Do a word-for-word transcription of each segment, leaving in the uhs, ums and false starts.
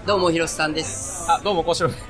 どうも、ひろしさんです。 あ、どうも、こしろです。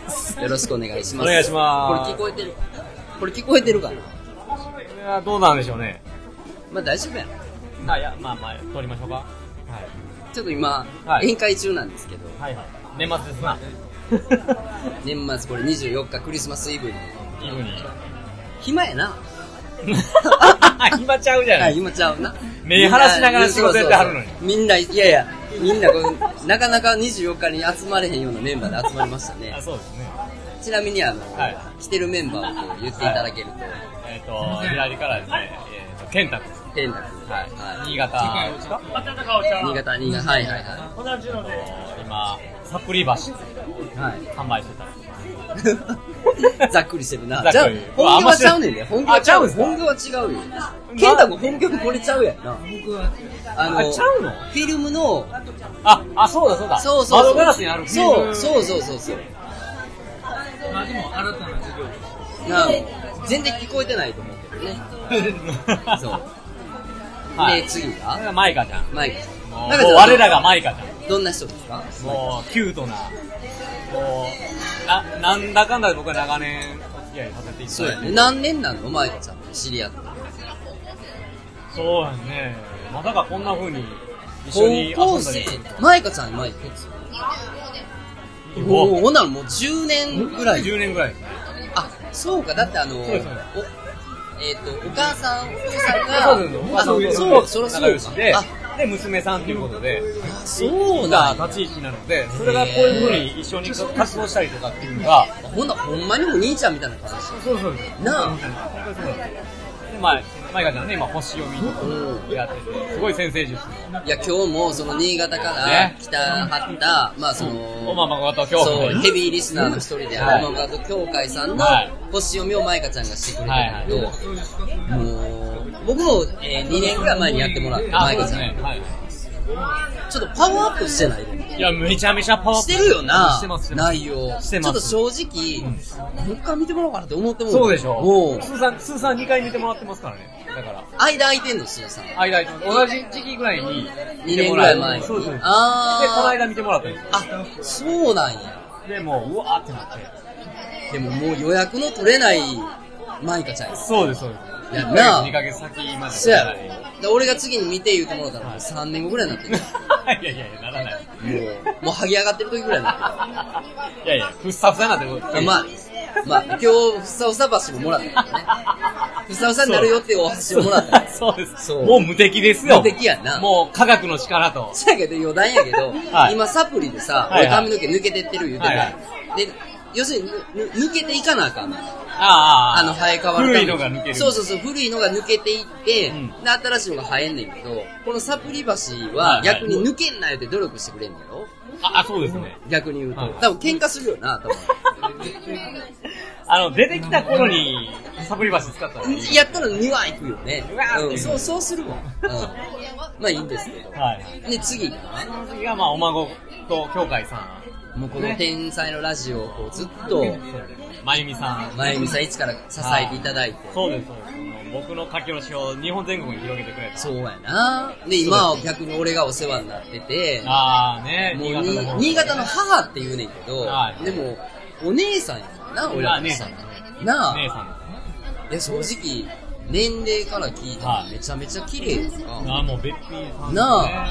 よろしくお願いします。 お願いします。 これ聞こえてるこれ聞こえてるかな。 これはどうなんでしょうね。 まあ大丈夫やな。あ、いや、まあまあ、通りましょうか。はい。 ちょっと今、 はい、 宴会中なんですけど。 はいはい。年末ですな。 年末、これにじゅうよっかクリスマスイブに。 イブに。 暇やな。 暇ちゃうじゃない。 暇ちゃうな。 目晴らしながら仕事やってはるのに。 みんな、いやいや、みんなこう、なかなかにじゅうよっかに集まれへんようなメンバーで集まりましたね。 あ、そうですね。 ちなみにあの、 はい、 来てるメンバーをこう言っていただけると。はい、 えっ、ー、と、左からですね、えっ、ー、と、ケンタ君。 ケンタ君。 はい。はい、新潟ですか？ 新潟、新潟、はいはいはい。 今、サプリ橋。はい。販売してた。 ざっくりしてるな。じゃあ、本業はちゃうねんね。本業はちゃう。本業は違うよ。ケンタ君本業これちゃうやんな。僕は。あの、 ちゃうの？ フィルムの、 あ、あ、そうだそうだ。 そうそう。 窓ガラスにあるフィルム。 そう、そうそうそうそう。 まあでも、新たな授業。 なあ、全然聞こえてないと思うけどね。そう。で、次がマイカちゃん。 マイカちゃん。 もう我らがマイカちゃん。 どんな人ですか？ もう、キュートな。もう、な、なんだかんだで僕は長年お付き合いさせていただいて。 そうやね。何年なのマイカちゃんと知り合って。 そうやね。まさかこんな風に一緒に遊んだりすると。 マイカちゃん今いくつ？おお、ほんならもうじゅうねんぐらい。 じゅうねんぐらいですね。 あ、そうか。だってあの、 そうですね。 えっ、ー、と、お母さん、お父さんが、 そうですそう、そらそうか。 で、で、娘さんということで、 そうだ、 立ち位置なので、それがこういう風に一緒に活動したりとかっていうのが、 ほんな、ほんまにお兄ちゃんみたいな感じ。 そうそうです。 なあ。 本当にそうです。で、まあ、マイカちゃんね、今、星読みとかやってて、すごい先生術。 いや、今日も、その、新潟から来たはった、まあ、その、 おままごと協会。 そう、ヘビーリスナーの一人である、おままごと協会さんの、星読みをマイカちゃんがしてくれたけど、もう、僕も、えー、にねんぐらい前にやってもらって、マイカちゃん。ちょっとパワーアップしてないで。 いや、めちゃめちゃパワーアップしてるよな。 してます。 内容。 してます。 ちょっと正直、もう一回見てもらおうかなって思ってもそうでしょ。 もう。 スーさん、スーさんにかい見てもらってますからね。だから。 間空いてんの、スーさん。 間空いてます。同じ時期ぐらいに。 にねんぐらい前に。 そうです。 あー。 で、この間見てもらったんですよ。 あ、そうなんや。 で、もう、うわーってなって。 でももう予約の取れないマイカちゃんや。 そうです、そうです。 いやなあ。 にかげつ先まで。 そうやろ。で俺が次に見て言うてもらったらもうさんねんごぐらいになってる。 いやいやいや、ならない。 もう、もう剥ぎ上がってる時ぐらいになってる。いやいや、ふっさふさになってる。 まあ、まあ、今日、ふさふさ橋ももらったからね。ふさふさになるよっていうお箸をもらった。 そうです。そう。もう無敵ですよ。 無敵やんな。 もう科学の力と。 そうやけど余談やけど、はい、今サプリでさ、はいはい、俺髪の毛抜けてってる言うてた、はいはい、で、要するに抜けていかなあかんの。 ああ、 あの生え変わる古いのが抜ける。 そうそうそう、古いのが抜けていって、うん、で、新しいのが生えんねんけど、このサプリ橋は逆に抜けんなよって努力してくれんのやろ。 あ、そうですね。 逆に言うと。はい、多分喧嘩するよな、多分。 あの、出てきた頃にサプリ橋使ったらいい。 やったらにはいくよね。 うん、 そう、そうするわ。うん。まあいいんですけど。 はい。 で、次が次が、まあ、お孫と協会さん。 もうこの天才のラジオをこうずっと、 まゆみさん。 まゆみさん一から支えていただいて。 そうです、そうです。僕の書き下ろしを日本全国に広げてくれた。 そうやな。で、今は逆に俺がお世話になってて、 あーね、 もう新潟の新潟の母って言うねんけど、でも、お姉さんやもんな、俺らのさん。なあ。 姉さんですね。で、正直、年齢から聞いたらめちゃめちゃ綺麗ですか。 ああ、もうべっぴんさん。 なあ。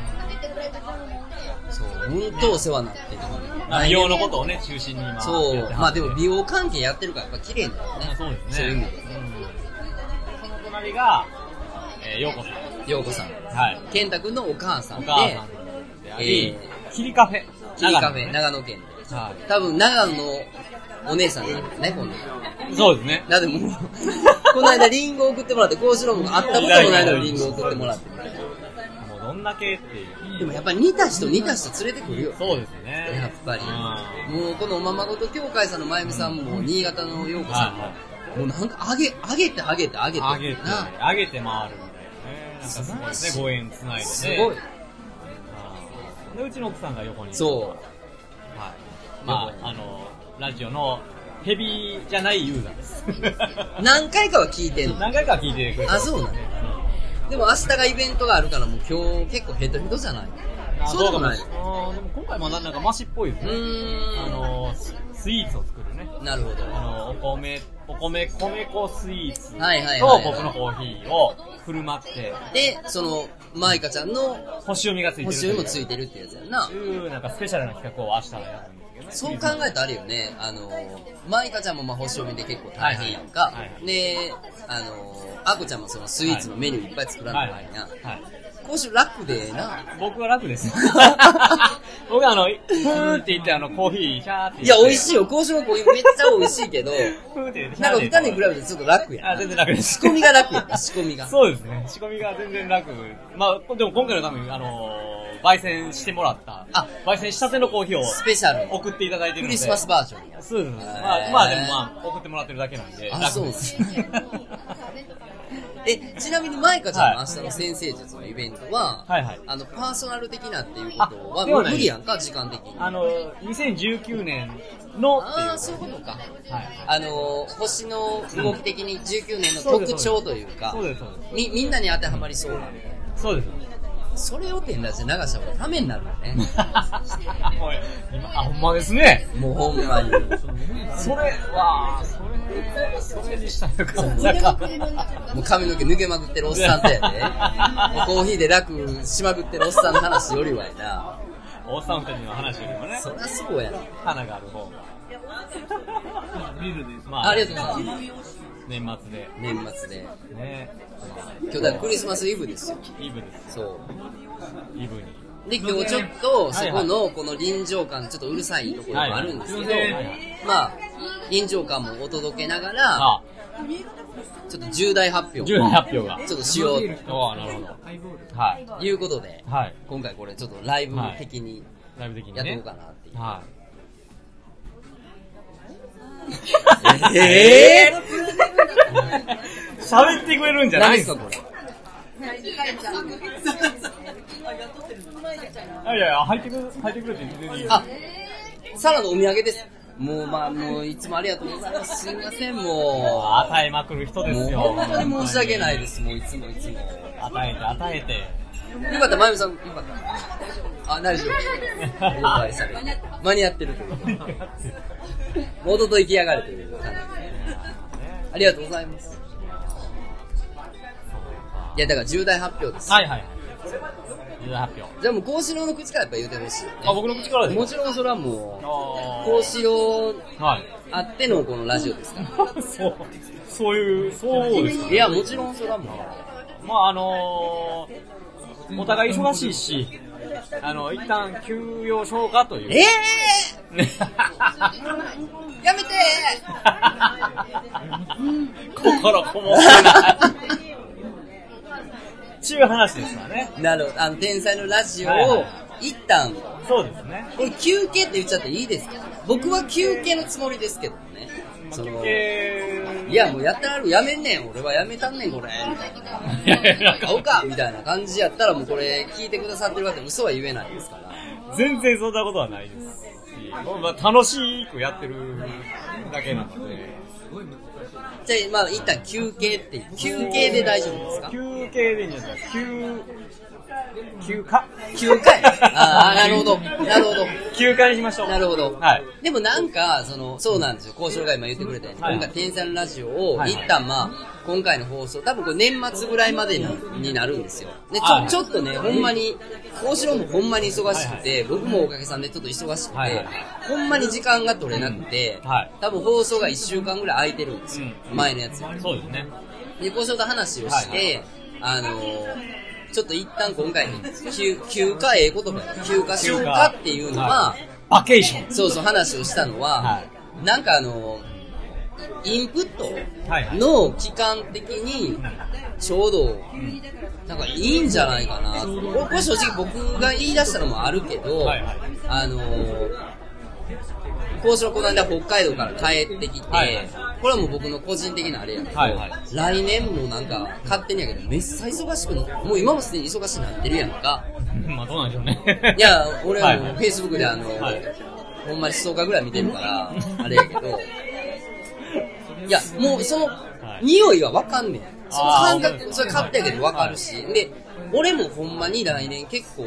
そう、ほんとお世話になってて。 美容のことをね、中心に今。 そう、まあでも美容関係やってるからやっぱ綺麗だよね。 そうですね。 そういう意味で。 その隣が、えー、ようこさん。 ようこさん。はい。健太くんのお母さんで、 お母さんであり、えー、キリカフェ。 キリカフェ、長野県で。はい。多分長野のお姉さんなんですね、今度。そうですね。 だってもう、この間リンゴ送ってもらって、こうしろも会ったこともないのにリンゴ送ってもらって。 もうどんだけっていう。 でもやっぱり似た人似た人連れてくるよ。 そうですね。 やっぱり。もうこのおままごと協会さんのまゆみさんも、新潟のようこさんも、もうなんか上げ、上げて上げて上げて。 上げて、上げて回るみたいなね。なんかすごいですね、ご縁つないでね。 すごい。 で、うちの奥さんが横に。 そう。 はい。まあ、あの、ラジオのヘビーじゃないユーザーです。 何回かは聞いてんの？ 何回かは聞いてくれて。 あ、そうなの？でも明日がイベントがあるからもう今日結構ヘトヘトじゃない？ そうでもない。 あでも今回もなんかマシっぽいですね。うーん。あの、スイーツを作るね。 なるほど。 あの、お米、お米、米粉スイーツと僕のコーヒーを振る舞って。 で、その、マイカちゃんの星読みがついてる。 星読みもついてるってやつやんな。 そういうなんかスペシャルな企画を明日はやるんですけどね。 そう考えたらあるよね。あの、マイカちゃんもまあ星読みで結構大変やんか。で、あの、アコちゃんもそのスイーツのメニューいっぱい作らなきゃいけないな。はい。講師楽でええな。 僕は楽です。僕はあの、ふーって言ってあの、コーヒー、シャーっていや、美味しいよ。講師のコーヒーめっちゃ美味しいけど、ふーって言って、なんか二人に比べてちょっと楽や。 あ、全然楽です。 仕込みが楽や。仕込みが。 そうですね。仕込みが全然楽。まあ、でも今回のために、あのー、焙煎してもらった、あ、焙煎したてのコーヒーを、 スペシャル。 送っていただいてるので。 クリスマスバージョン。 そうです。まあ、まあでもまあ、送ってもらってるだけなんで。 あ、そうですね。え、ちなみにマイカちゃんの明日の先生術のイベントは、はいはい、あの、パーソナル的なっていうことは、もう無理やんか、時間的に。 あの、にせんじゅうきゅうねんのっていう。 ああ、そういうことか。はい。あの、星の動き的にじゅうきゅうねんの特徴というか、 そうです、そうです。 み、みんなに当てはまりそうな。 そうです。 それを点出して流した方がためになるよね。 もう今、あ、ほんまですね。 もうほんまに。 それは、それ、それにしたのか。なんかもう髪の毛抜けまくってるおっさんとやで。もうコーヒーで楽しまくってるおっさんの話よりはやな。 おっさん二人の話よりもね。 そりゃそうやね。 花がある方が。 まあ、ありがとうございます。 年末で。 年末で。 ね。 今日だクリスマスイブですよ。 イブです。 そう。 イブに。 で、今日ちょっと、そこの、この臨場感、ちょっとうるさいところもあるんですけど、まあ、臨場感もお届けながら、ちょっと重大発表。 重大発表が。 ちょっとしようと。ああ、なるほど。はい。 いうことで、 はい。 今回これちょっとライブ的に、 ライブ的にやっていこうかなっていう。 はい。 えぇー喋ってくれるんじゃないですかこれ。 いやいや、入ってくる、入ってくるって全然いい。 あ、サラのお土産です。もうまあ、もういつもありがとうございます。すいません、もう。与えまくる人ですよ。 もう本当に申し訳ないです、もういつもいつも。 与えて、与えて。 よかった、まゆみさん、よかった。あ、大丈夫。了解される。間に合ってるということ。もとと行きやがるという感じで。ありがとうございます。いや、だから重大発表です。 はいはい。重大発表。 じゃあもう、幸四郎の口からやっぱ言うてほしいよね。 あ、僕の口からですか？ もちろんそれはもう、幸四郎あってのこのラジオですから。 そう、そういう、そうですか。 いや、もちろんそれはもう。まああのー、お互い忙しいし、あの、一旦休養しようかという。 えぇーやめてー心こもってない。ちゅう話ですわね。 なるほど。あの、天才のラジオを、一旦、 そうですね。 これ休憩って言っちゃっていいですか？僕は休憩のつもりですけどね。 そのいや、もうやってられる、やめんねん。俺はやめたんねん、これ。みたいな。買おうかみたいな感じやったら、もうこれ、聞いてくださってる方、嘘は言えないですから。 全然そんなことはないですし、まあ、楽しくやってるだけなので。 じゃあ、まあ、一旦休憩って、休憩で大丈夫ですか？ 休憩でいいんじゃないですか。休、休暇休暇ああ、なるほど。なるほど。 休暇にしましょう。 なるほど。 はい。 でもなんか、その、そうなんですよ。交渉が今言ってくれたように、はい、今回天才のラジオを、一旦まあ、今回の放送、多分これ年末ぐらいまでにになるんですよ。で、ちょ、ちょっとね、ほんまに、交渉もほんまに忙しくて、僕もおかげさんでちょっと忙しくて、はいはい、ほんまに時間が取れなくて、はい、多分放送がいっしゅうかんぐらい空いてるんですよ。うん、前のやつより。 そうですね。 で、交渉と話をして、はいはい、あのー、ちょっと一旦今回、休、休暇ええことか、休暇しようかっていうのは、はい、 バケーション。 そうそう話をしたのは、はい、なんかあの、インプットの期間的に、ちょうど、なんかいいんじゃないかな。これ正直僕が言い出したのもあるけど、はいはい、あのー、交渉この間北海道から帰ってきて、はいはい、これはもう僕の個人的なあれやけど、はいはい、来年もなんか勝手にやけどめっさ忙しくなもう今もすでに忙しくなってるやんか。 まあどうなんでしょうね。 いや、俺はもう Facebook であの、はい、ほんまにストーカーぐらい見てるから、あれやけど、いや、もうその、匂いはわかんねん。その感覚、それ勝手やけどわかるし、で、俺もほんまに来年結構、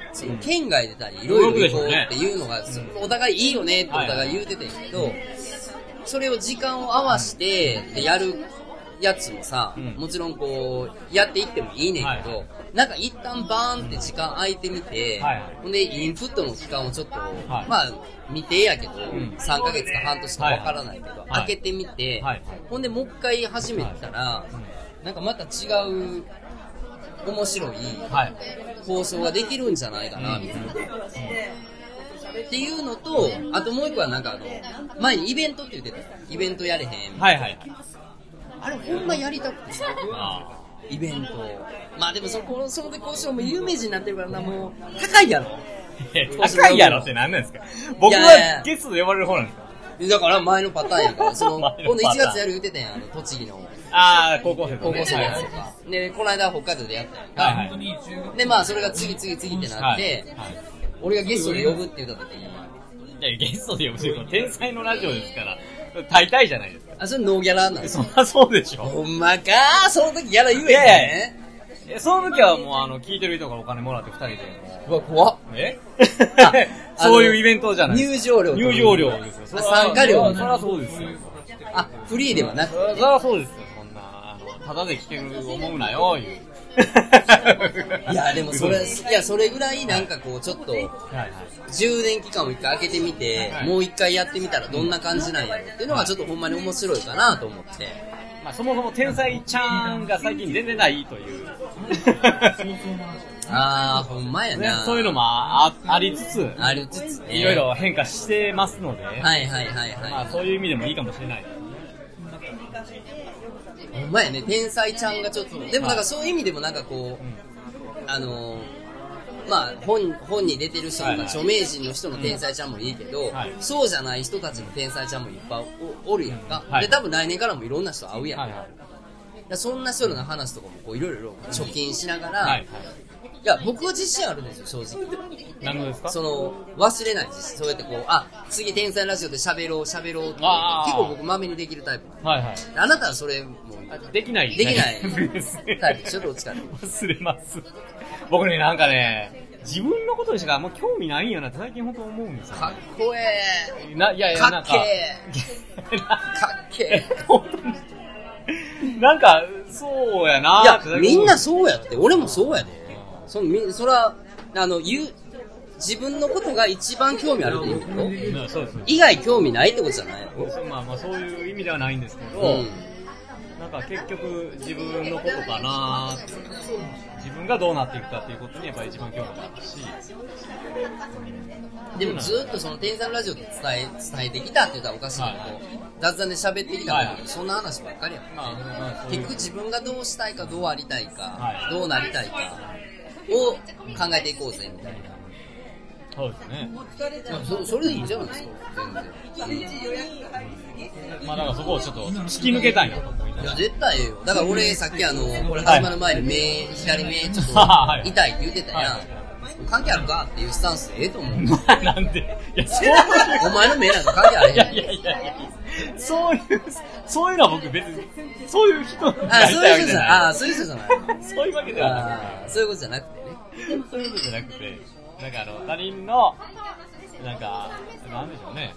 その県外出たりいろいろ行こうっていうのが、お互いいいよねってお互い言うててんけど、それを時間を合わせてでやるやつもさ、うん、もちろんこうやっていってもいいねんけど、はいはい、なんか一旦バーンって時間空いてみて、はいはい、ほんでインプットの期間をちょっと、はい、まあ未定やけど、うん、さんかげつか半年かわからないけど、はい、開けてみて、はい、ほんでもう一回始めたら、はい、なんかまた違う面白い放送ができるんじゃないかなみたいな、うんうん、っていうのと、あともう一個はなんかあの前にイベントって言ってた、イベントやれへん、はいはいはい、あれほんまやりたくてさ、イベント。まあでもそこそので交渉も有名人になってるからな、もう高いやろ。 高いやろって何なんですか。僕はゲストで呼ばれる方なんですか。 だから前のパターンやから、その今度いちがつやる言ってたやん、あの栃木の。 ああ高校生高校生のやつとか。でこの間北海道でやったやんか。はいはい、でまあそれが次々次ってなって、はいはい、俺がゲストで呼ぶって言った時に。 いやゲストで呼ぶっていうの天才のラジオですから。大体じゃないですか。 あ、それノーギャラなんですか。そりゃそうでしょ。 ほんまかー、その時ギャラ言えへん。 え、その時はもうあの、聞いてる人からお金もらって二人で。 うわ、怖っ。 えそういうイベントじゃない。 入場料。 入場料ですよ。 参加料。 そりゃそうですよ。 あ、フリーではなくて。 そりゃそうですよ。そんな、あの、ただで聞ける思うなよ、いう。 いやでもそれ、いやそれぐらいなんかこうちょっと充電期間を一回開けてみて、もう一回やってみたらどんな感じなんやろっていうのがちょっとほんまに面白いかなと思って、 まあそもそも天才ちゃんが最近全然ないというあーほんまやな、 そういうのも あ, ありつつありつつ、ね、 いろいろ変化してますので、はいはいはいはい、 まあそういう意味でもいいかもしれない。 ほんまやね、天才ちゃんがちょっと、でもなんかそういう意味でもなんかこう、はい、あのー、まあ本、本に出てる人とか、はいはい、著名人の人の天才ちゃんもいいけど、はい、そうじゃない人たちの天才ちゃんもいっぱい お, おるやんか、はい、で多分来年からもいろんな人会うやんか、はいはい、そんな人の話とかもこういろいろ貯金しながら、はいはい、いや僕は自信あるんですよ正直。 何のですか？ その忘れない自信。そうやってこう、あ、次天才ラジオで喋ろう喋ろうって結構僕まめにできるタイプなんで、はいはい、あなたはそれもうできないできないタイプでしょどっちかって。 忘れます。僕ねなんかね自分のことにしかあんま興味ないんやなって最近本当思うんですよ、ね。 かっこええ。ないやいやなんかかっけー。かっけー。 本当に。なんかそうやな。 いやみんなそうやって、俺もそうやで。そのそらあの言う自分のことが一番興味あるっていうこと、うん、そうですね、以外興味ないってことじゃないの？ まあまあそういう意味ではないんですけど、うん、なんか結局自分のことかなって、自分がどうなっていくかっていうことにやっぱり一番興味があるし、 うん、でもずっとその天才ラジオで伝え伝えてきたって言ったらおかしいけど、はいはい、雑談で喋ってきたんだけど、そんな話ばっかりやもん、まあまあ、結局自分がどうしたいかどうありたいか、はい、どうなりたいかを考えていこうぜみたいな。 そうですね。 そ, それでいいんじゃないですか全然、 うん、まあだからそこをちょっと突き抜けたいなと思いながら。 いや絶対ええよ。だから俺さっきあのこれ始まる前に目、はい、左目ちょっと痛いって言ってたやん、はい、関係あるかっていうスタンスでええと思う。 なんでいやそういうお前の目なんか関係あれへん。 いやいやいやいやそういうそういうのは僕別にそういう人になりたいわけじゃない。 ああそういう人じゃない。 そういうわけではなくて、そういうことじゃなくてね。 そういうことじゃなくて、なんかあの他人のなんかなんでしょうね。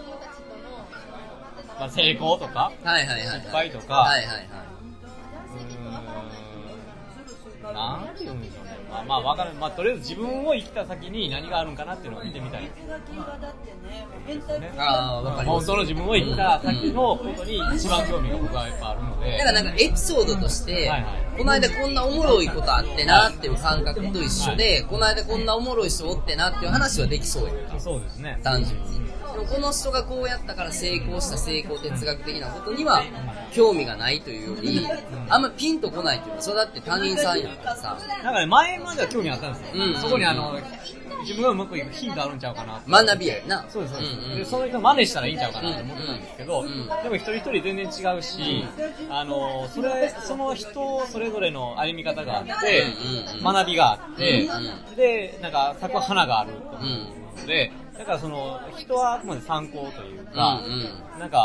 まあ成功とか、 はいはいはい、はい、 失敗とか、 はいはいはい。 うーん、なんて言うんでしょうね。まあまあわかる。まあとりあえず自分を生きた先に何があるんかなっていうのを見てみたい。ね、 ああわかります。 本当の自分を生きた先のことに一番興味が僕はやっぱあるので。 だからなんかエピソードとして、はいはい、この間こんなおもろいことあってなっていう感覚と一緒で、はい、この間こんなおもろい人おってなっていう話はできそうやんか。 そうですね。 単純に。でもこの人がこうやったから成功した成功哲学的なことには興味がないというより、あんまピンとこないというか、それだって他人さんやからさ。 なんかね、前までは興味あったんですよ。うん、そこにあの、自分がうまくいくヒントあるんちゃうかなって。 学びやな。 そうです、そうです、うんうん。で、その人真似したらいいんちゃうかなと思ってたんですけど、うんうん、でも一人一人全然違うし、うん、あの、それ、その人それぞれの歩み方があって、うんうん、学びがあって、うんうん、で、なんか咲く花があると思うので、だからその人はあくまで参考というか、うんうん、なんか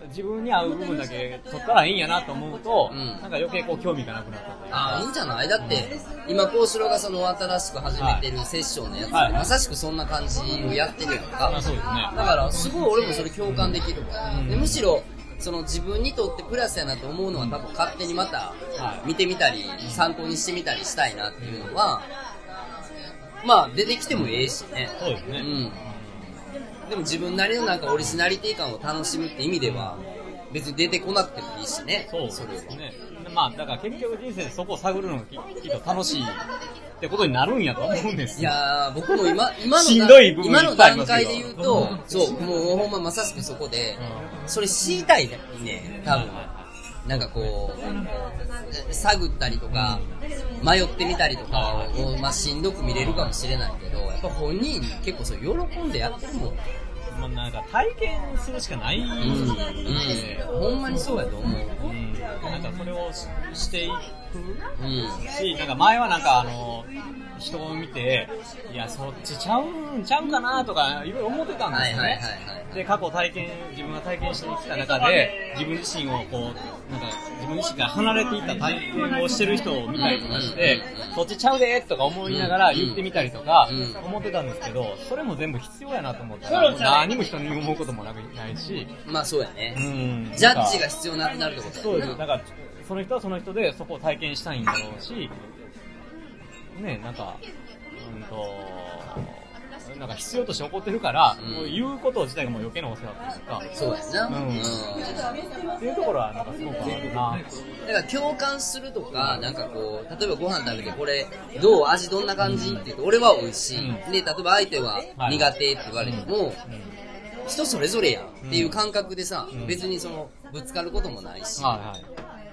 自分に合う部分だけ取ったらいいんやなと思うと、うん、なんか余計こう興味がなくなったというか。 ああ、いいんじゃない？だって、うん、今、幸四郎がその新しく始めてるセッションのやつ、はい、まさしくそんな感じをやってるやんか。 あ、そうですね。 だから、すごい俺もそれ共感できるわ。うん、でむしろ、その自分にとってプラスやなと思うのは多分勝手にまた見てみたり、参考にしてみたりしたいなっていうのは、まあ出てきてもええしね。 そうですね。うん。 でも自分なりのなんかオリジナリティ感を楽しむって意味では別に出てこなくてもいいしね。 そうですね。まあだから結局人生でそこを探るのがきっと楽しいってことになるんやと思うんですよ。いやー僕も今今のしんどい部分今の段階で言うと、そうもうほんままさしくそこで、うん、それ知りたいね多分。なんかこう探ったりとか迷ってみたりとかを、まあ、しんどく見れるかもしれないけどやっぱ本人結構そう喜んでやってるもん。 まあ、なんか体験するしかないんで、うんうん、ほんまにそうやと思う、 うん、なんかそれを し, していく、うん、しなんか前はなんかあの人を見ていやそっちちゃうんちゃうかなとかいろいろ思ってたんですよね、はいはいはいはい、で過去体験自分が体験してきた中で自分自身をこうなんか自分自身が離れていった体験をしてる人を見たりとかして、うん、そっちちゃうでとか思いながら言ってみたりとか思ってたんですけどそれも全部必要やなと思ったら何も人に思うこともないしまあそうやね、うん、ジャッジが必要なくなるってことだよね。 そうです。だからその人はその人でそこを体験したいんだろうしね、なんかうんとなんか必要として起こってるから、うん、もう言うこと自体がもう余計なお世話というかそうですね、うんうん、 っていうところはなんかすごくあるな。 だから共感するとかなんかこう例えばご飯食べてこれどう味どんな感じって言うと俺は美味しい、うん、で例えば相手は苦手って言われても、はいうん、人それぞれやんっていう感覚でさ、うん、別にそのぶつかることもないし、はいはい、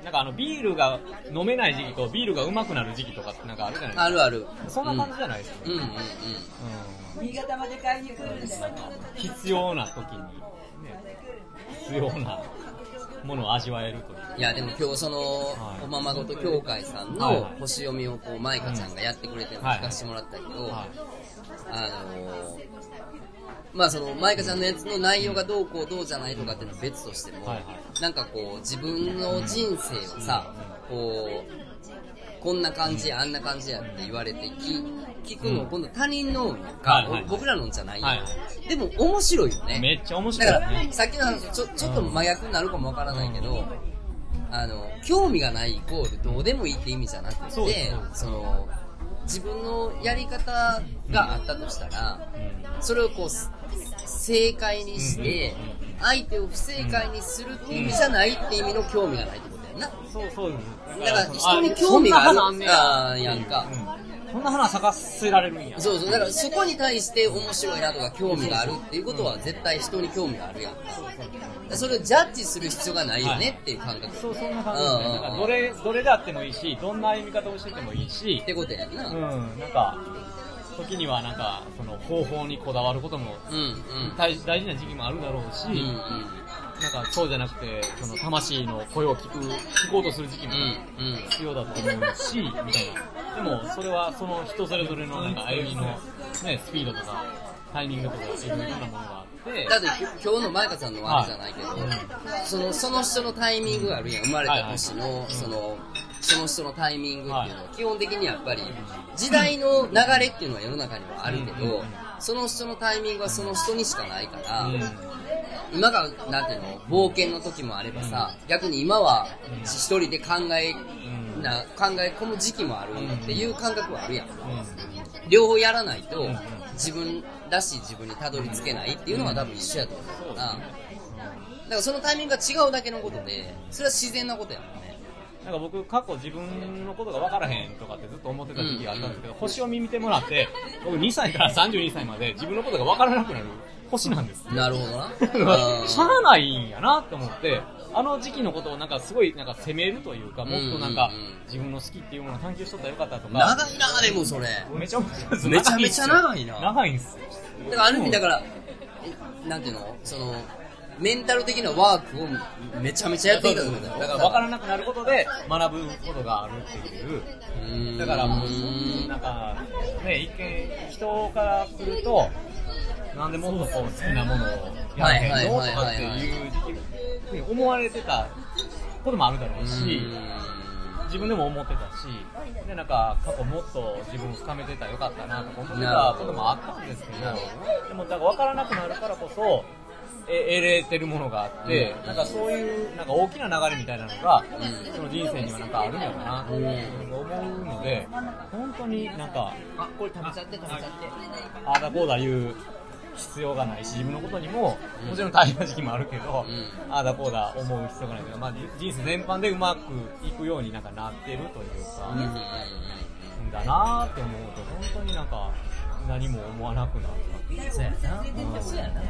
なんかあのビールが飲めない時期とビールが上手くなる時期とかってなんかあるじゃないですか。 あるある。 そんな感じじゃないですか、ね。うんうんうんうん。新潟まで買いに来るんですよ。必要な時に、ね、必要なものを味わえるという。 いやでも今日その、はい、おままごと協会さんの星読みをこうマイカちゃんがやってくれてるのを聞かせてもらったけど、はいはい、あのー。まあそのマイカちゃんのやつの内容がどうこうどうじゃないとかっていうのは別としても、はいはい、なんかこう自分の人生をさ、こうこんな感じあんな感じやって言われて聞くのを今度他人のか、はいはい、僕らのんじゃないよ、はいはい、でも面白いよね。 めっちゃ面白い、ね、 だからさっきの話ちょちょっと真逆になるかもわからないけど、うん、あの興味がないイコールどうでもいいって意味じゃなくて、その自分のやり方があったとしたら、うん、それをこう正解にして相手を不正解にするっていう意味じゃないって意味の興味がないってことやんな。 そうそうだから人に興味があるあやんか、 うん、そんな花咲かせられるんや。 そうそうだからそこに対して面白いなとか興味があるっていうことは絶対人に興味があるやんか。それをジャッジする必要がないよねっていう感覚、はい、 そうそんな感じですね、うんうん、なんかどれどれであってもいいしどんな歩み方をしててもいいしってことやんな。 うんなんか時にはなんかその方法にこだわることも大事な時期もあるだろうし、うんうん、なんかそうじゃなくてその魂の声を聞く聞こうとする時期も必要だと思うし、みたいな。でもそれはその人それぞれのなんか歩みの、ね、スピードとかタイミングとかいろいろなものがあって。 だって今日のマイカさんのあれじゃないけど、はい、そのその人のタイミングがあるやん。生まれた年のそのその人のタイミングっていうのは基本的にやっぱり時代の流れっていうのは世の中にはあるけど、その人のタイミングはその人にしかないから、今がなんていうの冒険の時もあればさ、逆に今は一人で考えな考え込む時期もあるっていう感覚はあるやん。両方やらないと自分らしい自分にたどり着けないっていうのは多分一緒やと思うから、だからそのタイミングが違うだけのことで、それは自然なことやもんね。 なんか僕過去自分のことが分からへんとかってずっと思ってた時期があったんですけど、うんうん、星を見てもらって僕にさいからさんじゅうにさいまで自分のことが分からなくなる星なんです。 なるほどな。しゃあないんやなと思って、あの時期のことをなんかすごいなんか責めるというか、もっとなんか自分の好きっていうものを探求しとったらよかったとか。 長いなでもそれ。 めちゃめちゃめちゃめちゃ長いな。 長いんすよ。 だからある意味だからなんていうのその。メンタル的なワークをめちゃめちゃやっていたと思うんだよ。 だから分からなくなることで学ぶことがあるっていう。だからもうなんかね一見人からするとなんでもっとこう好きなものをやらへんのとかっていう時期ふうに思われてたこともあるだろうし、自分でも思ってたし、でなんか過去もっと自分を深めてたらよかったなとか思ってたこともあったんですけど、でもだから分からなくなるからこそえ得れてるものがあって、なんかそういうなんか大きな流れみたいなのが、その人生にはなんかあるんやろなと思うので、本当になんかあ、これ食べちゃって食べちゃってああだこうだ言う必要がないし、自分のことにももちろん大変な時期もあるけど、うん、ああだこうだ思う必要がないけど、まあ、人生全般でうまくいくようになんかなってるというか、うん、だなーって思うと本当になんか何も思わなくなった。 そうやな、うん、そうやな。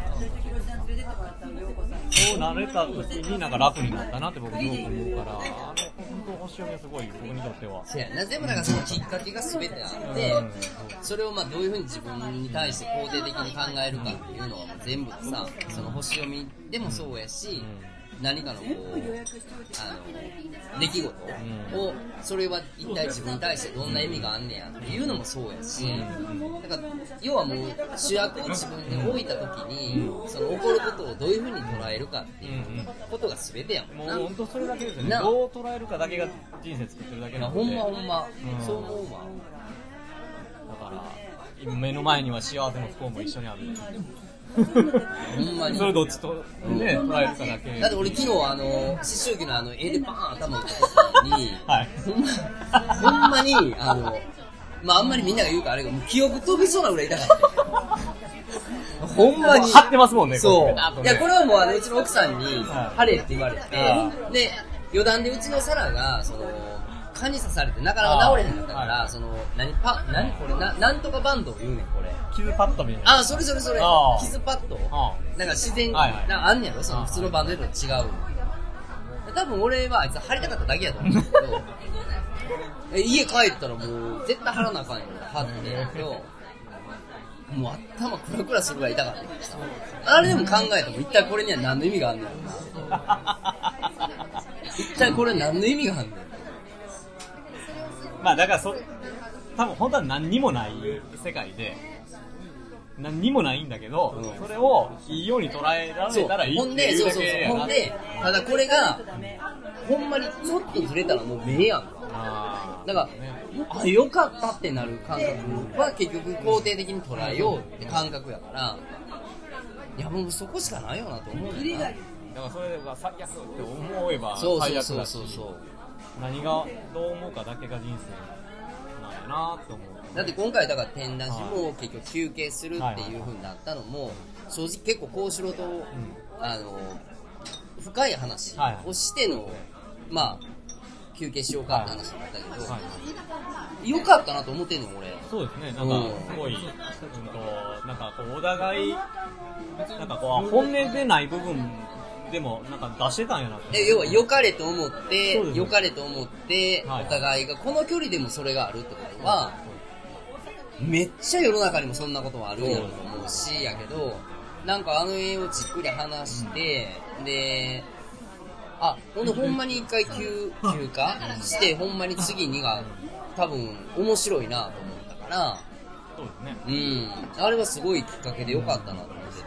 そうなれた時になんか楽になったなって僕すごく思うから、あの本当星読みはすごい僕にとっては。 そうやな。でもなんかそのきっかけが全てあって、うん、それをまあどういうふうに自分に対して肯定的に考えるかっていうのは全部さ、その星読みでもそうやし、うん、何かのこうあの出来事を、それは一体自分に対してどんな意味があんねやっていうのもそうやし、だから要はもう主役を自分で置いた時にその起こることをどういうふうに捉えるかっていうことが全てやもんな。 もう本当それだけですよね。どう捉えるかだけが人生作ってるだけなので。 ほんまほんま、うん、そう思うわ。 だから今目の前には幸せも不幸も一緒にある。 ほんまにそれどっちとね、うん、捉えるかだけ。 だって俺昨日あの思春期のあの絵でパーン頭打った時に、はい、ほんまほんまにあのまああんまりみんなが言うからあれがもう記憶飛びそうなぐらい痛かった。ほんまに張ってますもんね。 そう。ね、いやこれはもうあのうちの奥さんに晴れって言われて、で余談でうちのサラがその蚊に刺されてなかなか治れへんかったから、はい、その何パ何これななんとかバンドを言うねんこれ。 傷パッドみたいな。 あ、それそれそれ。傷パッド。なんか自然に、はいはい、なんかあんねやろその普通のバンドと違う。多分俺はあいつ貼りたかっただけやと思うんだけど、え家帰ったらもう絶対貼らなあかんよ貼ってんけど、もう頭クラクラするぐらい痛かったからさ。あれでも考えても一体これには何の意味があんねんな。一体これ何の意味があんねん。 まあだからそ多分本当は何にもない世界で何にもないんだけど、うん、それをいいように捉えられたらいいっていうだけやな。 ほんで、ただこれがほんまにちょっとずれたらもう目やんか。あだから、ね、あ良かったってなる感覚は結局肯定的に捉えようって感覚やから、いやもうそこしかないよなと思うよな。だからそれが最悪って思えば最悪だし、何がどう思うかだけが人生なんやなって思う。 だって今回だから天ラジも結局休憩するっていう風になったのも正直結構幸四郎と、うん、あの深い話をしての、まあ休憩しようかって話になったけど、はいはい、よかったなと思ってんの俺。 そうですね。なんかすごい、うん、となんかこうお互いなんかこう本音でない部分でもなんか出してたんやなって。 要は良かれと思って良かれと思ってお互いがこの距離でもそれがあるってことは。めっちゃ世の中にもそんなことはあるんやろと思うしやけど、なんかあの絵をじっくり話して、うん、であほんでほんまに一回休休暇してほんまに次にが多分面白いなと思ったから、 そうですね、 うん、あれはすごいきっかけでよかったなと思ってて、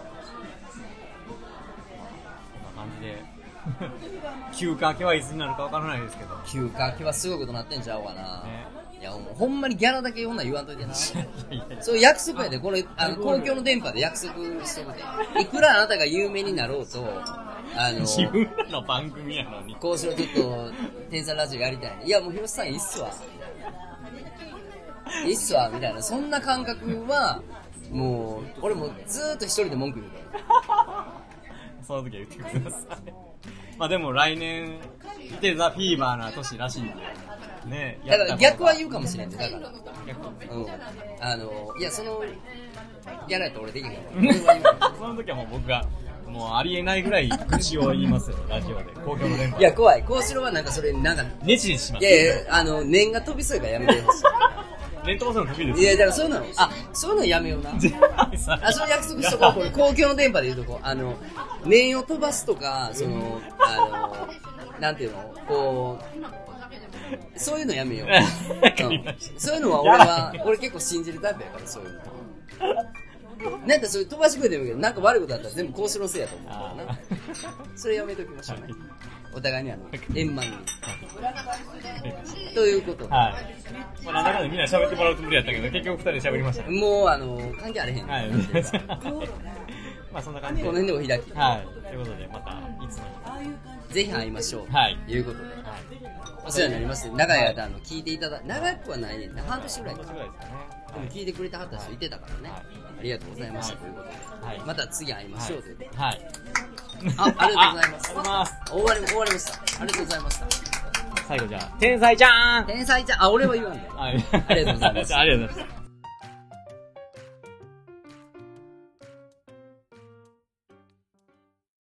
こんな感じで休暇明けはいつになるかわからないですけど、 休暇明けはすごいことなってんちゃうかな、ね。いやもうほんまにギャラだけ読んな言わんといてな。そういう約束やで、これあの公共の電波で約束しとくで。いくらあなたが有名になろうと、あの自分らの番組やのに。 こうしろちょっと天才ラジオやりたい、ね。いやもう広瀬さんいいっすわ。いいっすわみたいなそんな感覚はもう俺もずーっと一人で文句言うから。 その時は言ってください。まあでも来年いてザフィーバーな年らしいんで。ね、 だから逆は言うかもしれんってだから逆、うん、あのいやそのギャラやったら俺できへんからその時はもう僕がもうありえないぐらい口を言いますよラジオで公共の電波。 いや怖い幸四郎はなんかそれなんかネチネチします。 いやいやあの念が飛びそうやからやめてほしい。 念飛ばすの得意です。 いやだからそういうのあそういうのやめような。あその約束しとこうこれ公共の電波で言うとこうあの念を飛ばすとかそのあのなんていうのこうそういうのやめよう、うん、そういうのは俺は俺結構信じるタイプやからそういうのなんかそれ飛ばしてくれてもいいけど、なんか悪いことだったら全部講師のせいやと思うからな。それやめときましょうね。お互いにあの、円満に。ということで。 はい。まあ、なんだかんだみんな喋ってもらうつもりやったけど、結局二人で喋りましたね。 もう、あの、関係あれへん。 はい。まあ、そんな感じで。 この辺でお開き。 はい。ということで、また、いつも。 ぜひ会いましょう。 はい。 いうことで。はい。お世話になります。長い間、あの、聞いていただ、長くはないね。半年ぐらいか。 半年ぐらいですかね。 でも聞いてくれた方人いてたからね。ありがとうございました。ということで。はい。また次会いましょうということで。はい。あ、ありがとうございます。 ありがとうございます。 終わり、終わりました。ありがとうございました。 最後じゃあ、天才ちゃーん天才ちゃん、あ、俺は言わんで。はい。ありがとうございます。 ありがとうございます。